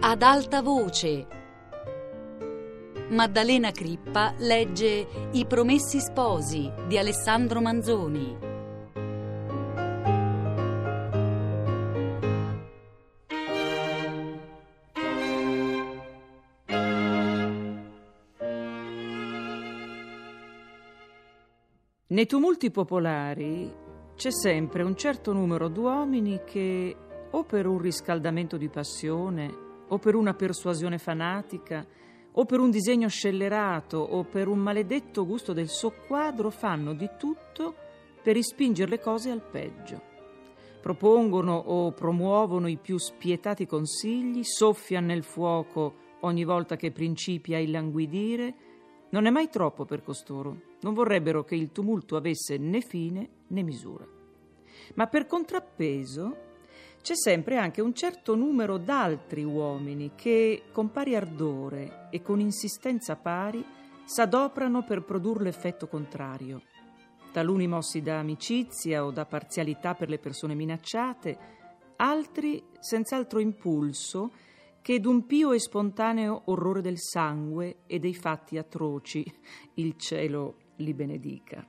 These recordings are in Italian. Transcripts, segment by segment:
Ad alta voce. Maddalena Crippa legge I Promessi Sposi di Alessandro Manzoni. Nei tumulti popolari c'è sempre un certo numero d'uomini che, o per un riscaldamento di passione, o per una persuasione fanatica, o per un disegno scellerato, o per un maledetto gusto del soqquadro, fanno di tutto per rispingere le cose al peggio. Propongono o promuovono i più spietati consigli, soffiano nel fuoco ogni volta che principia a illanguidire. Non è mai troppo per costoro. Non vorrebbero che il tumulto avesse né fine né misura. Ma per contrappeso c'è sempre anche un certo numero d'altri uomini che, con pari ardore e con insistenza pari, s'adoprano per produrre l'effetto contrario. Taluni mossi da amicizia o da parzialità per le persone minacciate, altri senz'altro impulso che d'un pio e spontaneo orrore del sangue e dei fatti atroci, il cielo li benedica.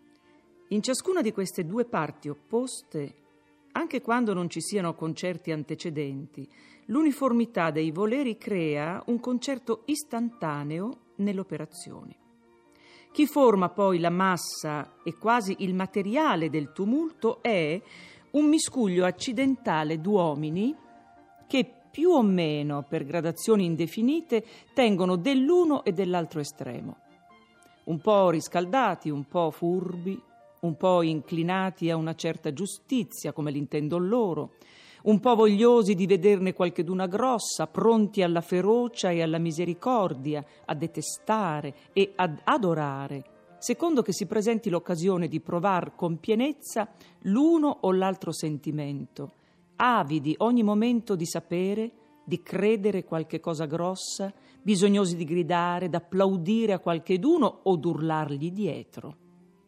In ciascuna di queste due parti opposte, anche quando non ci siano concerti antecedenti, l'uniformità dei voleri crea un concerto istantaneo nelle operazioni. Chi forma poi la massa e quasi il materiale del tumulto è un miscuglio accidentale d'uomini che più o meno, per gradazioni indefinite, tengono dell'uno e dell'altro estremo. Un po' riscaldati, un po' furbi, un po' inclinati a una certa giustizia, come l'intendono loro, un po' vogliosi di vederne qualcheduna grossa, pronti alla ferocia e alla misericordia, a detestare e ad adorare, secondo che si presenti l'occasione di provar con pienezza l'uno o l'altro sentimento, avidi ogni momento di sapere, di credere qualche cosa grossa, bisognosi di gridare, d'applaudire a qualcheduno o d'urlargli dietro.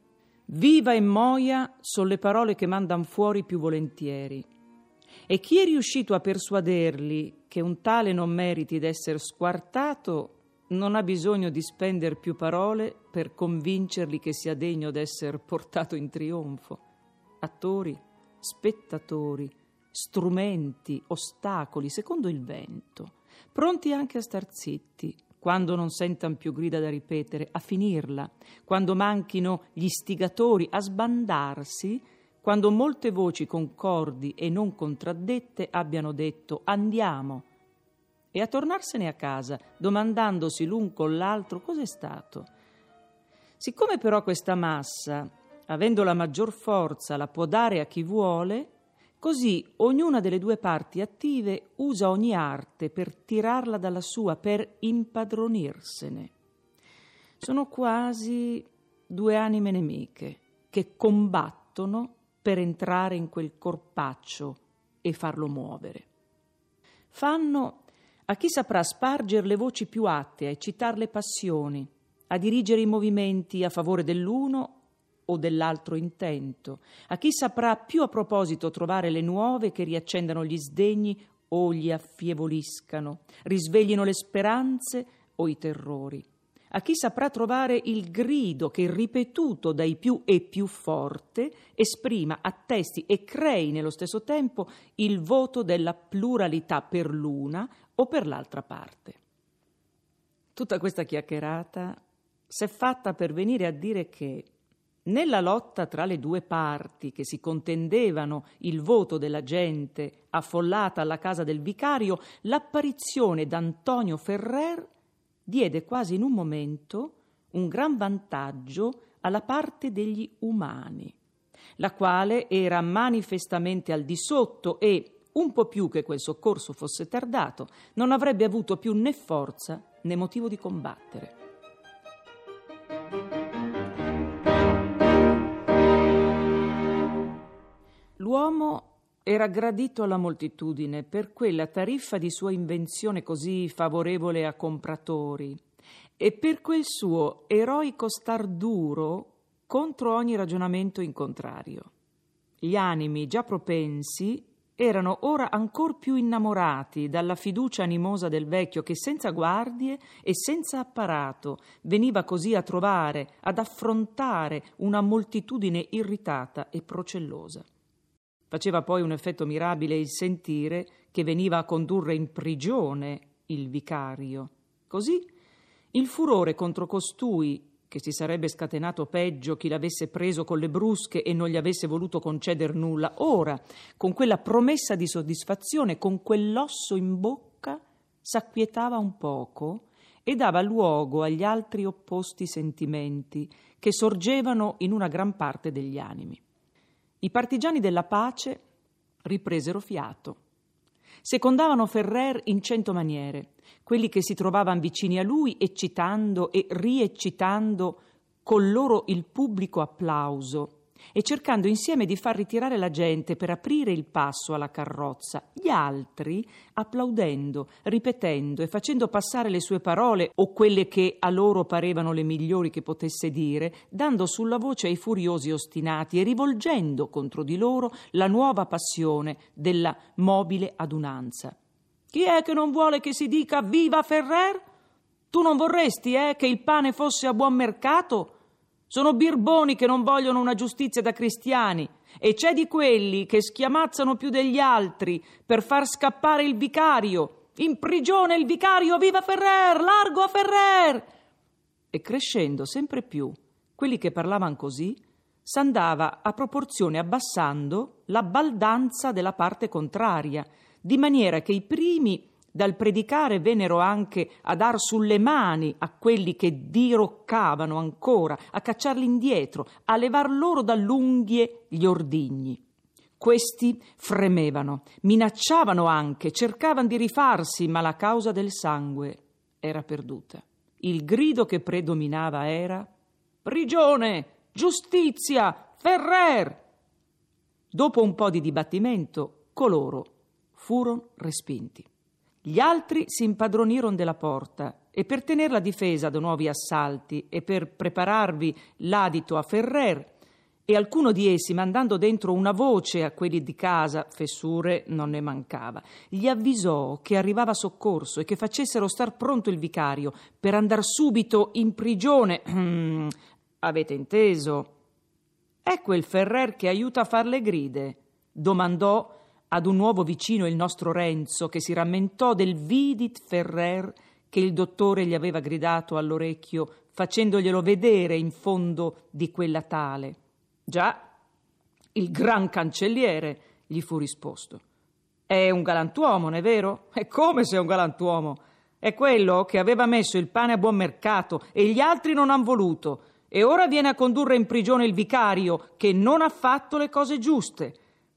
Viva e moia sono le parole che mandan fuori più volentieri. E chi è riuscito a persuaderli che un tale non meriti d'essere squartato non ha bisogno di spendere più parole per convincerli che sia degno d'essere portato in trionfo. Attori, spettatori, strumenti, ostacoli, secondo il vento, pronti anche a star zitti, quando non sentan più grida da ripetere, a finirla, quando manchino gli istigatori, a sbandarsi, quando molte voci concordi e non contraddette abbiano detto andiamo, e a tornarsene a casa, domandandosi l'un con l'altro cos'è stato. Siccome però questa massa, avendo la maggior forza, la può dare a chi vuole, così ognuna delle due parti attive usa ogni arte per tirarla dalla sua, per impadronirsene. Sono quasi due anime nemiche che combattono per entrare in quel corpaccio e farlo muovere. Fanno a chi saprà sparger le voci più atte, a eccitar le passioni, a dirigere i movimenti a favore dell'uno o dell'altro intento, a chi saprà più a proposito trovare le nuove che riaccendano gli sdegni o li affievoliscano, risveglino le speranze o i terrori, a chi saprà trovare il grido che, ripetuto dai più e più forte, esprima, attesti e crei nello stesso tempo il voto della pluralità per l'una o per l'altra parte. Tutta questa chiacchierata s'è fatta per venire a dire che nella lotta tra le due parti che si contendevano il voto della gente affollata alla casa del vicario, l'apparizione d'Antonio Ferrer diede quasi in un momento un gran vantaggio alla parte degli umani, la quale era manifestamente al di sotto e, un po' più che quel soccorso fosse tardato, non avrebbe avuto più né forza né motivo di combattere. L'uomo era gradito alla moltitudine per quella tariffa di sua invenzione così favorevole a compratori e per quel suo eroico star duro contro ogni ragionamento in contrario. Gli animi già propensi erano ora ancor più innamorati dalla fiducia animosa del vecchio che senza guardie e senza apparato veniva così a trovare, ad affrontare una moltitudine irritata e procellosa. Faceva poi un effetto mirabile il sentire che veniva a condurre in prigione il vicario. Così il furore contro costui, che si sarebbe scatenato peggio chi l'avesse preso con le brusche e non gli avesse voluto conceder nulla, ora, con quella promessa di soddisfazione, con quell'osso in bocca, s'acquietava un poco e dava luogo agli altri opposti sentimenti che sorgevano in una gran parte degli animi. I partigiani della pace ripresero fiato. Secondavano Ferrer in 100 maniere, quelli che si trovavano vicini a lui, eccitando e rieccitando con loro il pubblico applauso e cercando insieme di far ritirare la gente per aprire il passo alla carrozza, gli altri applaudendo, ripetendo e facendo passare le sue parole o quelle che a loro parevano le migliori che potesse dire, dando sulla voce ai furiosi ostinati e rivolgendo contro di loro la nuova passione della mobile adunanza. Chi è che non vuole che si dica viva Ferrer? Tu non vorresti, che il pane fosse a buon mercato? Sono birboni che non vogliono una giustizia da cristiani e c'è di quelli che schiamazzano più degli altri per far scappare il vicario. In prigione il vicario, viva Ferrer, largo a Ferrer! E crescendo sempre più quelli che parlavan così, s'andava a proporzione abbassando la baldanza della parte contraria, di maniera che i primi dal predicare vennero anche a dar sulle mani a quelli che diroccavano ancora, a cacciarli indietro, a levar loro dall'unghie gli ordigni. Questi fremevano, minacciavano anche, cercavano di rifarsi, ma la causa del sangue era perduta. Il grido che predominava era «Prigione! Giustizia! Ferrer!» Dopo un po' di dibattimento, coloro furono respinti. Gli altri si impadronirono della porta e per tener la difesa da nuovi assalti e per prepararvi l'adito a Ferrer, e alcuno di essi, mandando dentro una voce a quelli di casa, fessure non ne mancava, gli avvisò che arrivava soccorso e che facessero star pronto il vicario per andar subito in prigione. Avete inteso? È quel Ferrer che aiuta a far le gride? Domandò ad un nuovo vicino il nostro Renzo, che si rammentò del vidit Ferrer che il dottore gli aveva gridato all'orecchio, facendoglielo vedere in fondo di quella tale. Già, il gran cancelliere, gli fu risposto. È un galantuomo, non è vero? E come se è un galantuomo? È quello che aveva messo il pane a buon mercato e gli altri non han voluto, e ora viene a condurre in prigione il vicario che non ha fatto le cose giuste.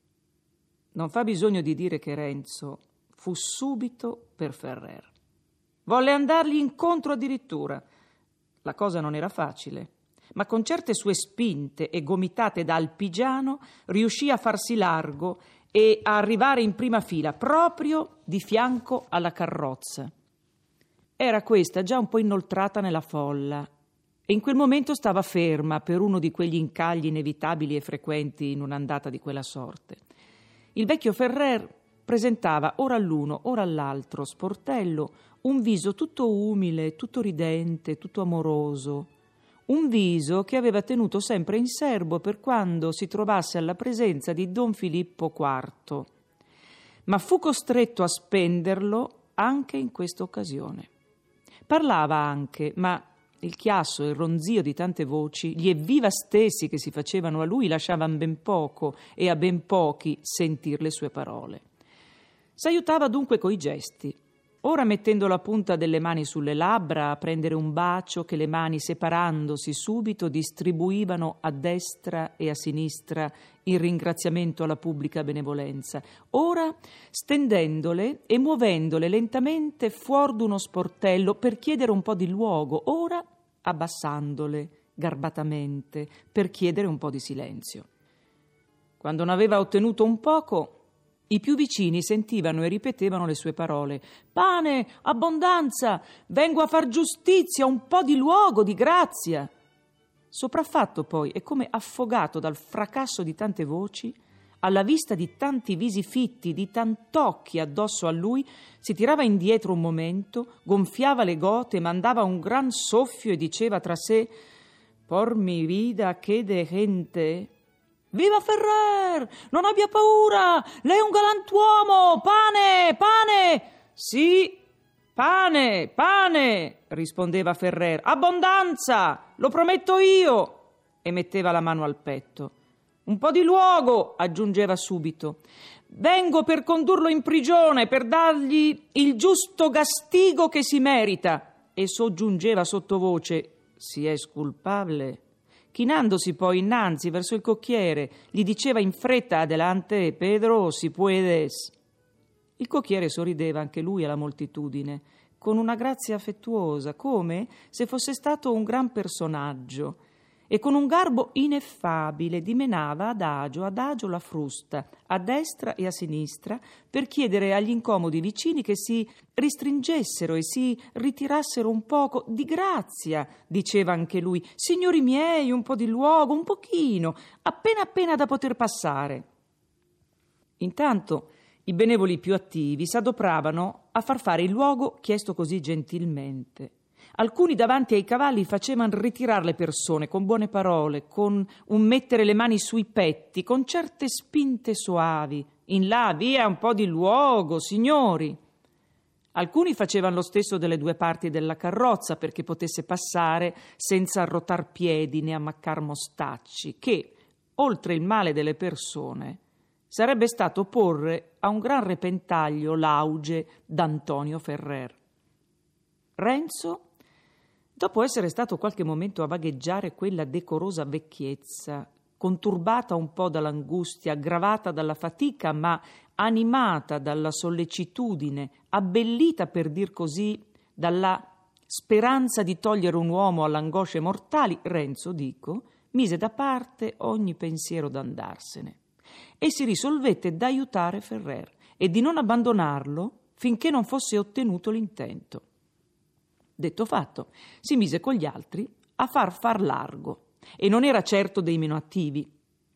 Non fa bisogno di dire che Renzo fu subito per Ferrer. Volle andargli incontro addirittura. La cosa non era facile, ma con certe sue spinte e gomitate da alpigiano riuscì a farsi largo e a arrivare in prima fila, proprio di fianco alla carrozza. Era questa già un po' inoltrata nella folla e in quel momento stava ferma per uno di quegli incagli inevitabili e frequenti in un'andata di quella sorte. Il vecchio Ferrer presentava ora all'uno, ora all'altro sportello un viso tutto umile, tutto ridente, tutto amoroso, un viso che aveva tenuto sempre in serbo per quando si trovasse alla presenza di Don Filippo IV, ma fu costretto a spenderlo anche in questa occasione. Parlava anche, ma il chiasso e il ronzio di tante voci, gli evviva stessi che si facevano a lui, lasciavan ben poco e a ben pochi sentir le sue parole. S'aiutava dunque coi gesti, ora mettendo la punta delle mani sulle labbra a prendere un bacio che le mani, separandosi subito, distribuivano a destra e a sinistra in ringraziamento alla pubblica benevolenza, ora stendendole e muovendole lentamente fuori d'uno sportello per chiedere un po' di luogo, ora abbassandole garbatamente per chiedere un po' di silenzio. Quando ne aveva ottenuto un poco, i più vicini sentivano e ripetevano le sue parole. «Pane, abbondanza, vengo a far giustizia, un po' di luogo, di grazia!» Sopraffatto poi, e come affogato dal fracasso di tante voci, alla vista di tanti visi fitti, di tant'occhi addosso a lui, si tirava indietro un momento, gonfiava le gote, mandava un gran soffio e diceva tra sé: «Por mi vida, che de gente! Viva Ferrer! Non abbia paura! Lei è un galantuomo! Pane! Pane!» «Sì, pane, pane!» rispondeva Ferrer. «Abbondanza! Lo prometto io!» e metteva la mano al petto. «Un po' di luogo!» aggiungeva subito. «Vengo per condurlo in prigione, per dargli il giusto gastigo che si merita!» e soggiungeva sottovoce: «Si è sculpable?» Chinandosi poi innanzi verso il cocchiere, gli diceva in fretta: «Adelante, Pedro, si puedes!» Il cocchiere sorrideva anche lui alla moltitudine, con una grazia affettuosa, come se fosse stato un gran personaggio, e con un garbo ineffabile dimenava adagio la frusta, a destra e a sinistra, per chiedere agli incomodi vicini che si ristringessero e si ritirassero un poco. «Di grazia», diceva anche lui, «signori miei, un po' di luogo, un pochino, appena da poter passare». Intanto i benevoli più attivi s'adopravano a far fare il luogo chiesto così gentilmente. Alcuni davanti ai cavalli facevano ritirare le persone con buone parole, con un mettere le mani sui petti, con certe spinte soavi. «In là, via, un po' di luogo, signori!» Alcuni facevano lo stesso delle due parti della carrozza perché potesse passare senza arrotar piedi né ammaccar mostacci, che, oltre il male delle persone, sarebbe stato porre a un gran repentaglio l'auge d'Antonio Ferrer. Renzo, dopo essere stato qualche momento a vagheggiare quella decorosa vecchiezza, conturbata un po' dall'angustia, aggravata dalla fatica, ma animata dalla sollecitudine, abbellita, per dir così, dalla speranza di togliere un uomo alle angosce mortali, Renzo, dico, mise da parte ogni pensiero d'andarsene e si risolvette d'aiutare Ferrer e di non abbandonarlo finché non fosse ottenuto l'intento. Detto fatto, si mise con gli altri a far largo, e non era certo dei meno attivi.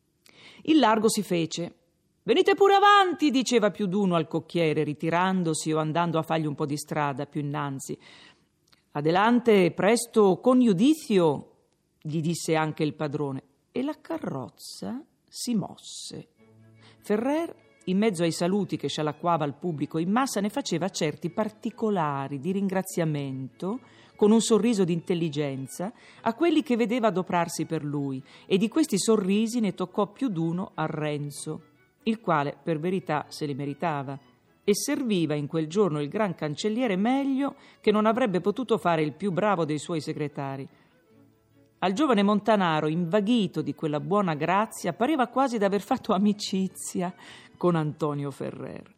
Il largo si fece. «Venite pure avanti», diceva più d'uno al cocchiere, ritirandosi o andando a fargli un po' di strada più innanzi. «Adelante, presto, con giudizio», gli disse anche il padrone, e la carrozza si mosse. Ferrer, in mezzo ai saluti che scialacquava al pubblico in massa, ne faceva certi particolari di ringraziamento, con un sorriso di intelligenza, a quelli che vedeva adoprarsi per lui, e di questi sorrisi ne toccò più d'uno a Renzo, il quale, per verità, se li meritava, e serviva in quel giorno il gran cancelliere meglio che non avrebbe potuto fare il più bravo dei suoi segretari. Al giovane montanaro, invaghito di quella buona grazia, pareva quasi d'aver fatto amicizia con Antonio Ferrer.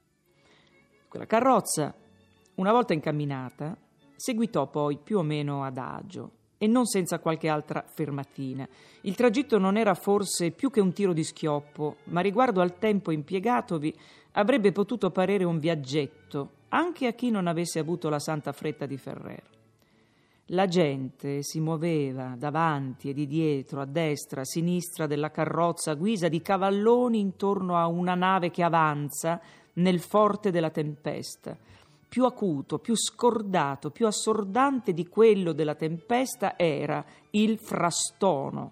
Quella carrozza, una volta incamminata, seguitò poi più o meno adagio e non senza qualche altra fermatina. Il tragitto non era forse più che un tiro di schioppo, ma riguardo al tempo impiegatovi avrebbe potuto parere un viaggetto anche a chi non avesse avuto la santa fretta di Ferrer. La gente si muoveva davanti e di dietro, a destra, a sinistra della carrozza, a guisa di cavalloni intorno a una nave che avanza nel forte della tempesta. Più acuto, più scordato, più assordante di quello della tempesta era il frastono.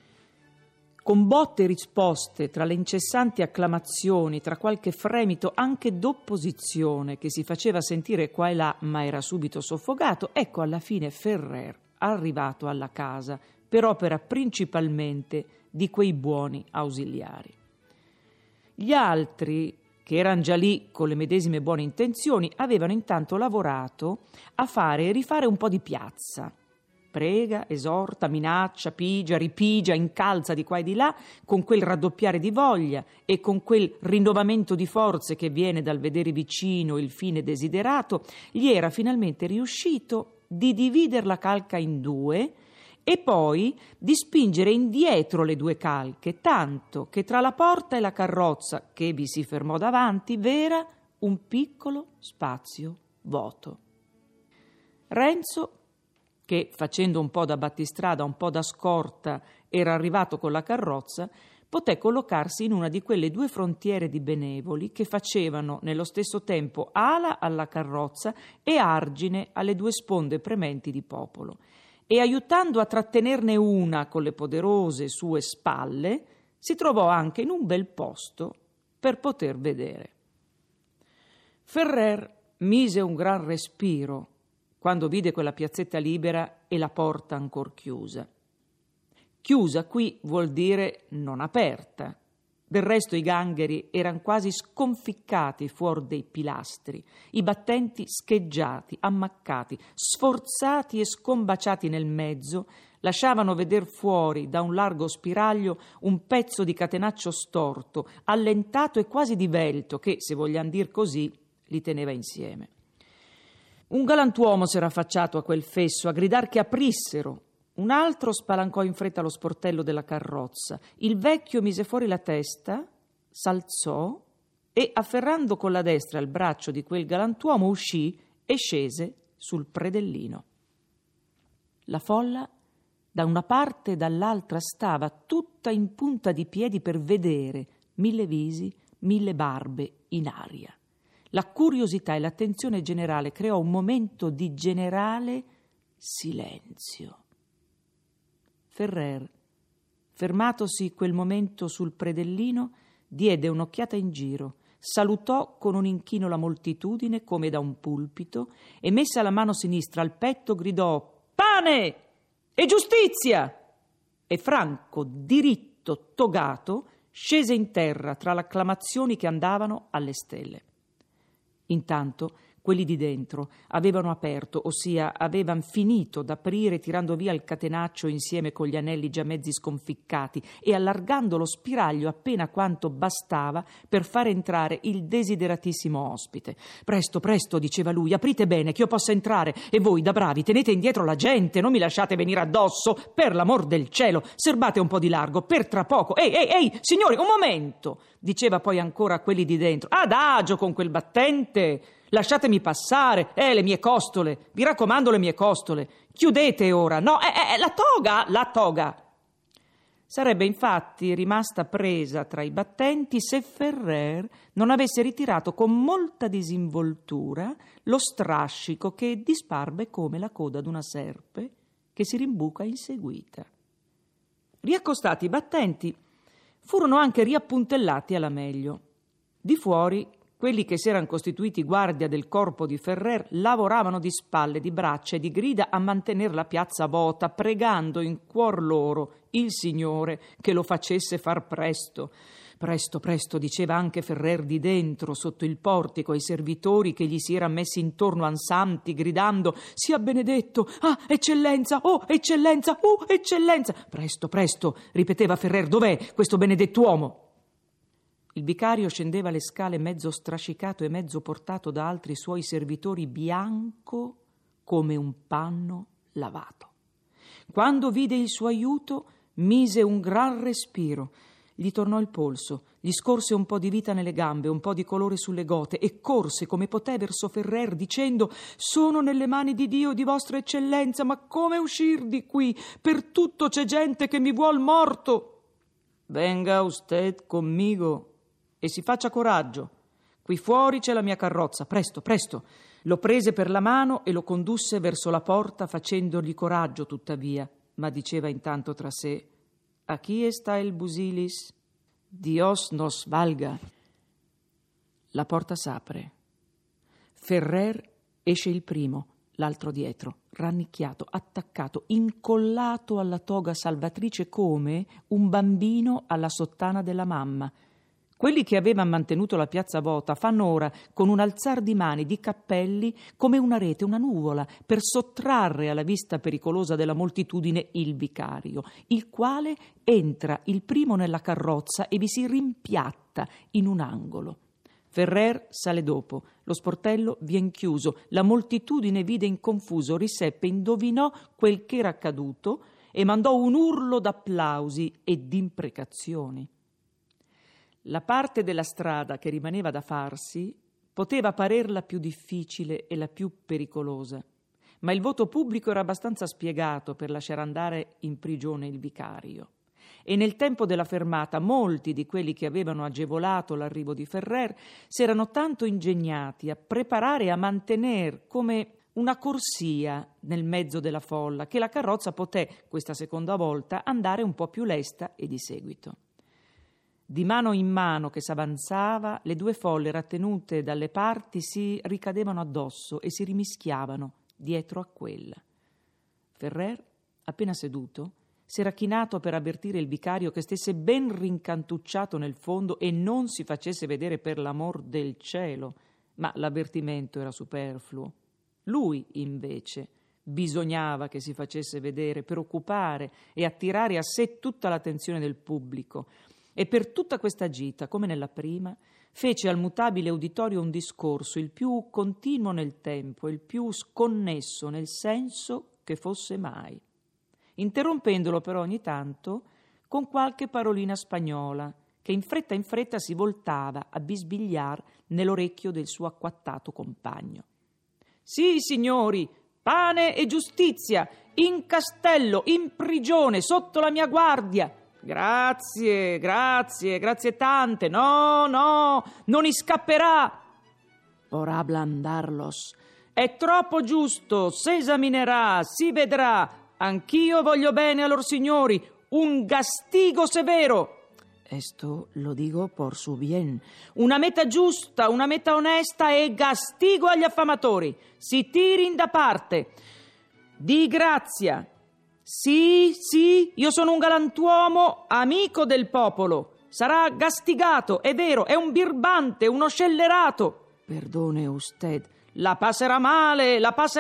Con botte e risposte, tra le incessanti acclamazioni, tra qualche fremito anche d'opposizione che si faceva sentire qua e là, ma era subito soffocato, ecco alla fine Ferrer arrivato alla casa, per opera principalmente di quei buoni ausiliari. Gli altri, che erano già lì con le medesime buone intenzioni, avevano intanto lavorato a fare e rifare un po' di piazza. Prega, esorta, minaccia, pigia, ripigia, incalza di qua e di là, con quel raddoppiare di voglia e con quel rinnovamento di forze che viene dal vedere vicino il fine desiderato, gli era finalmente riuscito di dividere la calca in due e poi di spingere indietro le due calche, tanto che tra la porta e la carrozza che vi si fermò davanti v'era un piccolo spazio vuoto. Renzo, che facendo un po' da battistrada, un po' da scorta, era arrivato con la carrozza, poté collocarsi in una di quelle 2 frontiere di benevoli che facevano nello stesso tempo ala alla carrozza e argine alle 2 sponde prementi di popolo, e aiutando a trattenerne una con le poderose sue spalle, si trovò anche in un bel posto per poter vedere. Ferrer mise un gran respiro quando vide quella piazzetta libera e la porta ancor chiusa. Chiusa qui vuol dire non aperta. Del resto i gangheri eran quasi sconficcati fuor dei pilastri, i battenti scheggiati, ammaccati, sforzati e scombaciati nel mezzo, lasciavano veder fuori da un largo spiraglio un pezzo di catenaccio storto, allentato e quasi divelto, che, se vogliam dir così, li teneva insieme. Un galantuomo s'era affacciato a quel fesso a gridar che aprissero. Un altro spalancò in fretta lo sportello della carrozza. Il vecchio mise fuori la testa, s'alzò e, afferrando con la destra il braccio di quel galantuomo, uscì e scese sul predellino. La folla, da una parte e dall'altra, stava tutta in punta di piedi per vedere 1000 visi, 1000 barbe in aria. La curiosità e l'attenzione generale creò un momento di generale silenzio. Ferrer, fermatosi quel momento sul predellino, diede un'occhiata in giro, salutò con un inchino la moltitudine come da un pulpito e, messa la mano sinistra al petto, gridò: «Pane e giustizia!» E Franco, diritto, togato, scese in terra tra le acclamazioni che andavano alle stelle. Intanto quelli di dentro avevano aperto, ossia avevan finito d'aprire tirando via il catenaccio insieme con gli anelli già mezzi sconficcati e allargando lo spiraglio appena quanto bastava per far entrare il desideratissimo ospite. «Presto, presto», diceva lui, «aprite bene, che io possa entrare, e voi, da bravi, tenete indietro la gente, non mi lasciate venire addosso, per l'amor del cielo, serbate un po' di largo, per tra poco. Ehi, signori, un momento», diceva poi ancora a quelli di dentro, «adagio con quel battente, lasciatemi passare, le mie costole, vi raccomando, le mie costole, chiudete ora, no, la toga». Sarebbe infatti rimasta presa tra i battenti se Ferrer non avesse ritirato con molta disinvoltura lo strascico che disparve come la coda d'una serpe che si rimbuca inseguita. Riaccostati i battenti, furono anche riappuntellati alla meglio. Di fuori, quelli che si erano costituiti guardia del corpo di Ferrer lavoravano di spalle, di braccia e di grida a mantenere la piazza vota, pregando in cuor loro il Signore che lo facesse far presto. «Presto, presto», diceva anche Ferrer di dentro, sotto il portico, ai servitori che gli si erano messi intorno ansanti, gridando: «Sia benedetto! Ah, eccellenza! Oh, eccellenza! Oh, eccellenza!» «Presto, presto», ripeteva Ferrer, «dov'è questo benedettuomo?» Il vicario scendeva le scale mezzo strascicato e mezzo portato da altri suoi servitori, bianco come un panno lavato. Quando vide il suo aiuto, mise un gran respiro. Gli tornò il polso, gli scorse un po' di vita nelle gambe, un po' di colore sulle gote e corse come poté verso Ferrer dicendo: «Sono nelle mani di Dio, di vostra eccellenza, ma come uscir di qui? Per tutto c'è gente che mi vuol morto». «Venga usted conmigo e si faccia coraggio. Qui fuori c'è la mia carrozza, presto, presto». Lo prese per la mano e lo condusse verso la porta, facendogli coraggio tuttavia, ma diceva intanto tra sé: «Aquí está el busilis, Dios nos valga». La porta s'apre. Ferrer esce il primo, l'altro dietro, rannicchiato, attaccato, incollato alla toga salvatrice come un bambino alla sottana della mamma. Quelli che avevano mantenuto la piazza vota fanno ora, con un alzar di mani, di cappelli, come una rete, una nuvola, per sottrarre alla vista pericolosa della moltitudine il vicario, il quale entra il primo nella carrozza e vi si rimpiatta in un angolo. Ferrer sale dopo, lo sportello vien chiuso, la moltitudine vide in confuso, riseppe, indovinò quel che era accaduto e mandò un urlo d'applausi e d'imprecazioni. La parte della strada che rimaneva da farsi poteva parer la più difficile e la più pericolosa, ma il voto pubblico era abbastanza spiegato per lasciare andare in prigione il vicario. e nel tempo della fermata molti di quelli che avevano agevolato l'arrivo di Ferrer s'erano tanto ingegnati a preparare e a mantenere come una corsia nel mezzo della folla che la carrozza poté, questa seconda volta, andare un po' più lesta e di seguito. Di mano in mano che s'avanzava, le due folle rattenute dalle parti si ricadevano addosso e si rimischiavano dietro a quella. Ferrer, appena seduto, s'era chinato per avvertire il vicario che stesse ben rincantucciato nel fondo e non si facesse vedere per l'amor del cielo, ma l'avvertimento era superfluo. Lui, invece, bisognava che si facesse vedere per occupare e attirare a sé tutta l'attenzione del pubblico, e per tutta questa gita, come nella prima, fece al mutabile uditorio un discorso il più continuo nel tempo, il più sconnesso nel senso che fosse mai, interrompendolo però ogni tanto con qualche parolina spagnola che in fretta si voltava a bisbigliar nell'orecchio del suo acquattato compagno. «Sì, signori, pane e giustizia, in castello, in prigione, sotto la mia guardia. Grazie tante, no, non iscapperà. Por ablandarlos. È troppo giusto, s'esaminerà, si vedrà. Anch'io voglio bene a lor signori, un gastigo severo. Esto lo digo por su bien. Una meta giusta, una meta onesta e gastigo agli affamatori. Si tirin da parte. Di grazia. Sì, io sono un galantuomo, amico del popolo. Sarà gastigato, è vero, è un birbante, uno scellerato. Perdone usted, la passerà male.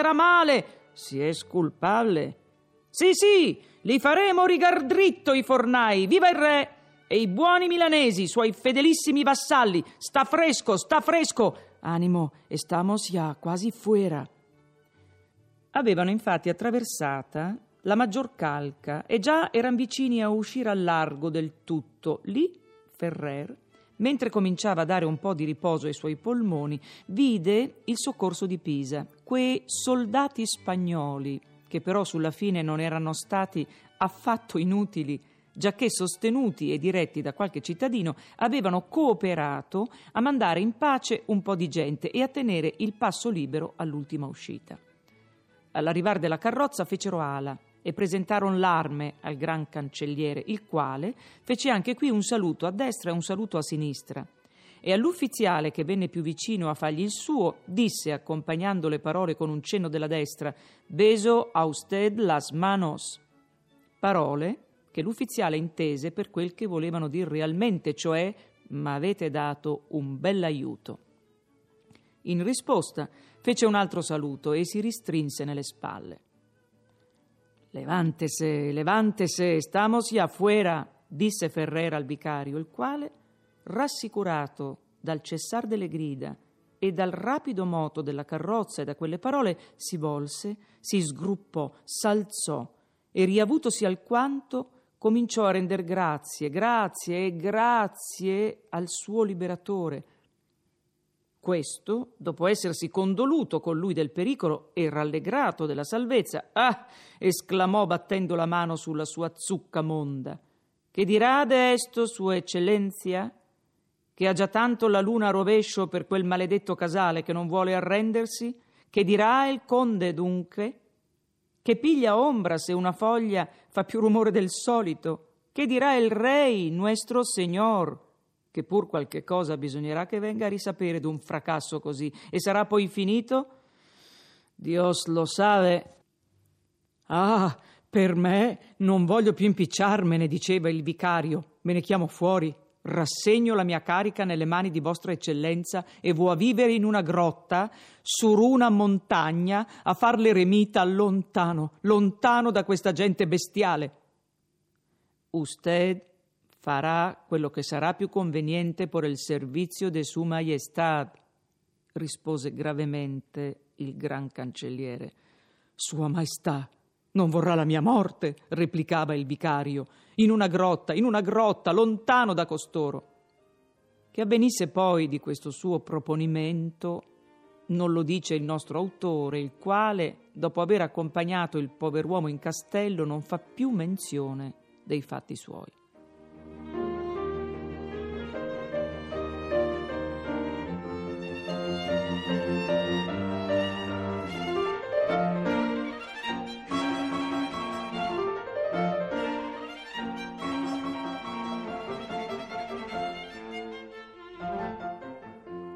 Si è culpable. Sì, li faremo rigar dritto i fornai. Viva il re! E i buoni milanesi, suoi fedelissimi vassalli. Sta fresco. Animo, estamos ya quasi fuera. Avevano infatti attraversata la maggior calca e già eran vicini a uscire al largo del tutto. Lì Ferrer, mentre cominciava a dare un po' di riposo ai suoi polmoni, vide il soccorso di Pisa, quei soldati spagnoli che però sulla fine non erano stati affatto inutili, giacché sostenuti e diretti da qualche cittadino avevano cooperato a mandare in pace un po' di gente e a tenere il passo libero all'ultima uscita. All'arrivar della carrozza fecero ala e presentarono l'arme al gran cancelliere, il quale fece anche qui un saluto a destra e un saluto a sinistra. E all'ufficiale che venne più vicino a fargli il suo, disse, accompagnando le parole con un cenno della destra: «Beso a usted las manos». Parole che l'ufficiale intese per quel che volevano dir realmente, cioè «m'avete dato un bell'aiuto». In risposta fece un altro saluto e si ristrinse nelle spalle. «Levántese, estamos ya fuera», disse Ferrer al vicario, il quale, rassicurato dal cessar delle grida e dal rapido moto della carrozza e da quelle parole, si volse, si sgruppò, s'alzò e, riavutosi alquanto, cominciò a render grazie al suo liberatore. Questo, dopo essersi condoluto con lui del pericolo e rallegrato della salvezza, esclamò battendo la mano sulla sua zucca monda: «Che dirà adesso, Sua Eccellenzia? Che ha già tanto la luna a rovescio per quel maledetto casale che non vuole arrendersi? Che dirà il conde dunque? Che piglia ombra se una foglia fa più rumore del solito? Che dirà il rey, nuestro señor? Che pur qualche cosa bisognerà che venga a risapere d'un fracasso così, e sarà poi finito? Dios lo sabe». Per me non voglio più impicciarmene, diceva il vicario, me ne chiamo fuori, rassegno la mia carica nelle mani di vostra eccellenza e vo a vivere in una grotta sur una montagna a far l'eremita lontano da questa gente bestiale. Usted farà quello che sarà più conveniente por el servizio de su maestad, rispose gravemente il gran cancelliere. Sua maestà non vorrà la mia morte, replicava il vicario, in una grotta, lontano da costoro. Che avvenisse poi di questo suo proponimento non lo dice il nostro autore, il quale, dopo aver accompagnato il pover'uomo in castello, non fa più menzione dei fatti suoi.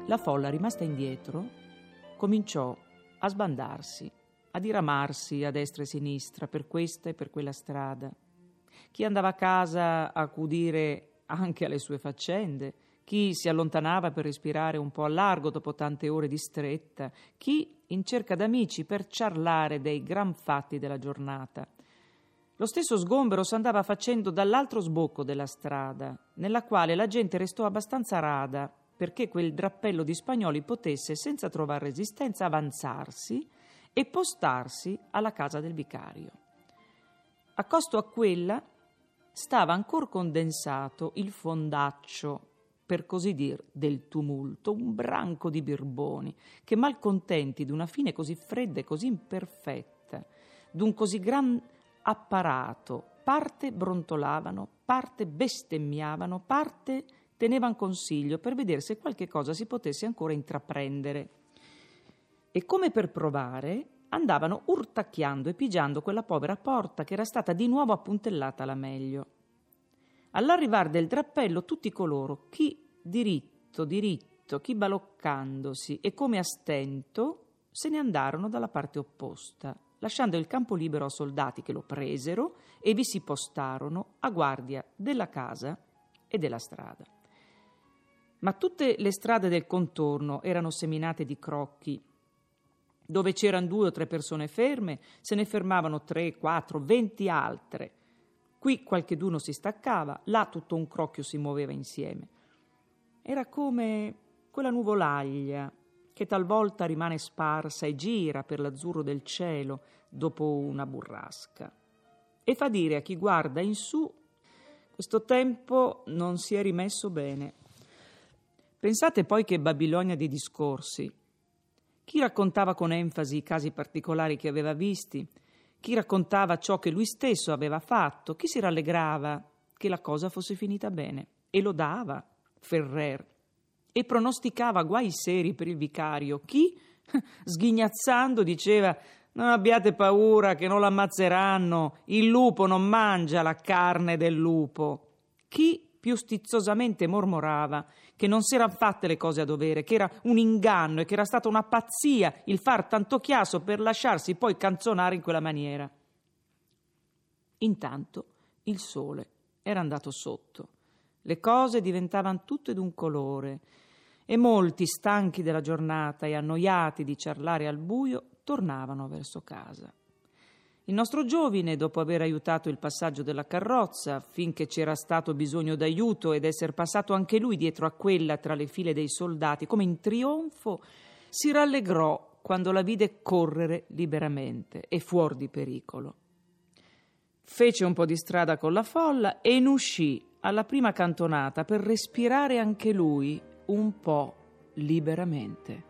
la folla, rimasta indietro, cominciò a sbandarsi, a diramarsi a destra e a sinistra per questa e per quella strada. Chi andava a casa a accudire anche alle sue faccende, chi si allontanava per respirare un po' a largo dopo tante ore di stretta, chi in cerca d'amici per ciarlare dei gran fatti della giornata. Lo stesso sgombero s'andava facendo dall'altro sbocco della strada, nella quale la gente restò abbastanza rada perché quel drappello di spagnoli potesse, senza trovare resistenza, avanzarsi e postarsi alla casa del vicario. Accosto a quella stava ancor condensato il fondaccio, per così dir, del tumulto, un branco di birboni che, malcontenti d'una fine così fredda e così imperfetta, d'un così gran apparato, parte brontolavano, parte bestemmiavano, parte tenevan consiglio per vedere se qualche cosa si potesse ancora intraprendere. E come per provare, andavano urtacchiando e pigiando quella povera porta che era stata di nuovo appuntellata alla meglio. All'arrivar del drappello tutti coloro, chi diritto, chi baloccandosi e come a stento, se ne andarono dalla parte opposta, lasciando il campo libero a soldati che lo presero e vi si postarono a guardia della casa e della strada. Ma tutte le strade del contorno erano seminate di crocchi. Dove c'erano 2 o 3 persone ferme, se ne fermavano 3, 4, 20 altre. Qui qualcheduno si staccava, là tutto un crocchio si muoveva insieme. Era come quella nuvolaglia che talvolta rimane sparsa e gira per l'azzurro del cielo dopo una burrasca. E fa dire a chi guarda in su: questo tempo non si è rimesso bene. Pensate poi che Babilonia di discorsi. Chi raccontava con enfasi i casi particolari che aveva visti, chi raccontava ciò che lui stesso aveva fatto, chi si rallegrava che la cosa fosse finita bene e lodava Ferrer e pronosticava guai seri per il vicario, chi, sghignazzando, diceva: non abbiate paura che non l'ammazzeranno, il lupo non mangia la carne del lupo, chi più stizzosamente mormorava che non si eran fatte le cose a dovere, che era un inganno e che era stata una pazzia il far tanto chiasso per lasciarsi poi canzonare in quella maniera. Intanto il sole era andato sotto, le cose diventavano tutte d'un colore e molti, stanchi della giornata e annoiati di ciarlare al buio, tornavano verso casa. Il nostro giovine, dopo aver aiutato il passaggio della carrozza, finché c'era stato bisogno d'aiuto ed essere passato anche lui dietro a quella tra le file dei soldati, come in trionfo, si rallegrò quando la vide correre liberamente e fuor di pericolo. Fece un po' di strada con la folla e ne uscì alla prima cantonata per respirare anche lui un po' liberamente.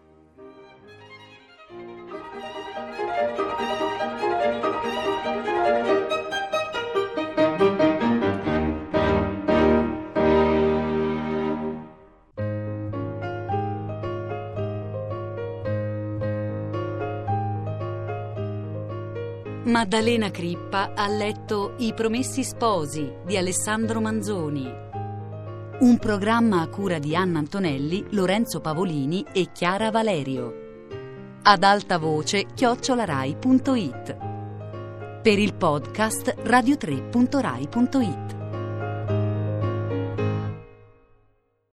Maddalena Crippa ha letto I Promessi Sposi di Alessandro Manzoni. Un programma a cura di Anna Antonelli, Lorenzo Pavolini e Chiara Valerio. Ad alta voce @rai.it. Per il podcast radio3.rai.it.